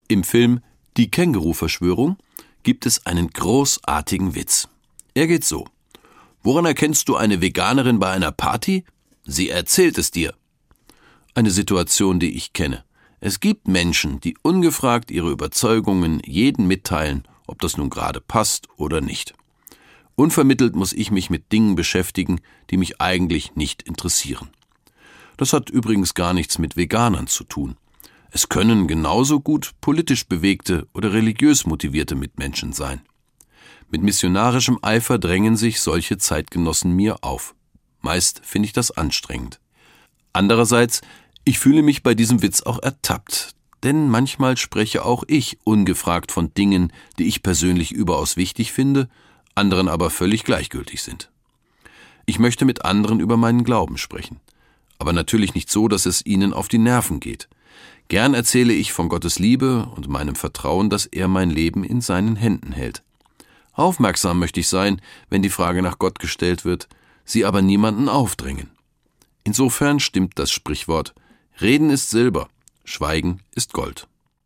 Im Film Die Känguru-Verschwörung gibt es einen großartigen Witz. Er geht so: Woran erkennst du eine Veganerin bei einer Party? Sie erzählt es dir. Eine Situation, die ich kenne. Es gibt Menschen, die ungefragt ihre Überzeugungen jedem mitteilen, ob das nun gerade passt oder nicht. Unvermittelt muss ich mich mit Dingen beschäftigen, die mich eigentlich nicht interessieren. Das hat übrigens gar nichts mit Veganern zu tun. Es können genauso gut politisch bewegte oder religiös motivierte Mitmenschen sein. Mit missionarischem Eifer drängen sich solche Zeitgenossen mir auf. Meist finde ich das anstrengend. Andererseits, ich fühle mich bei diesem Witz auch ertappt, denn manchmal spreche auch ich ungefragt von Dingen, die ich persönlich überaus wichtig finde, anderen aber völlig gleichgültig sind. Ich möchte mit anderen über meinen Glauben sprechen, aber natürlich nicht so, dass es ihnen auf die Nerven geht. Gern erzähle ich von Gottes Liebe und meinem Vertrauen, dass er mein Leben in seinen Händen hält. Aufmerksam möchte ich sein, wenn die Frage nach Gott gestellt wird, sie aber niemanden aufdrängen. Insofern stimmt das Sprichwort: Reden ist Silber, Schweigen ist Gold.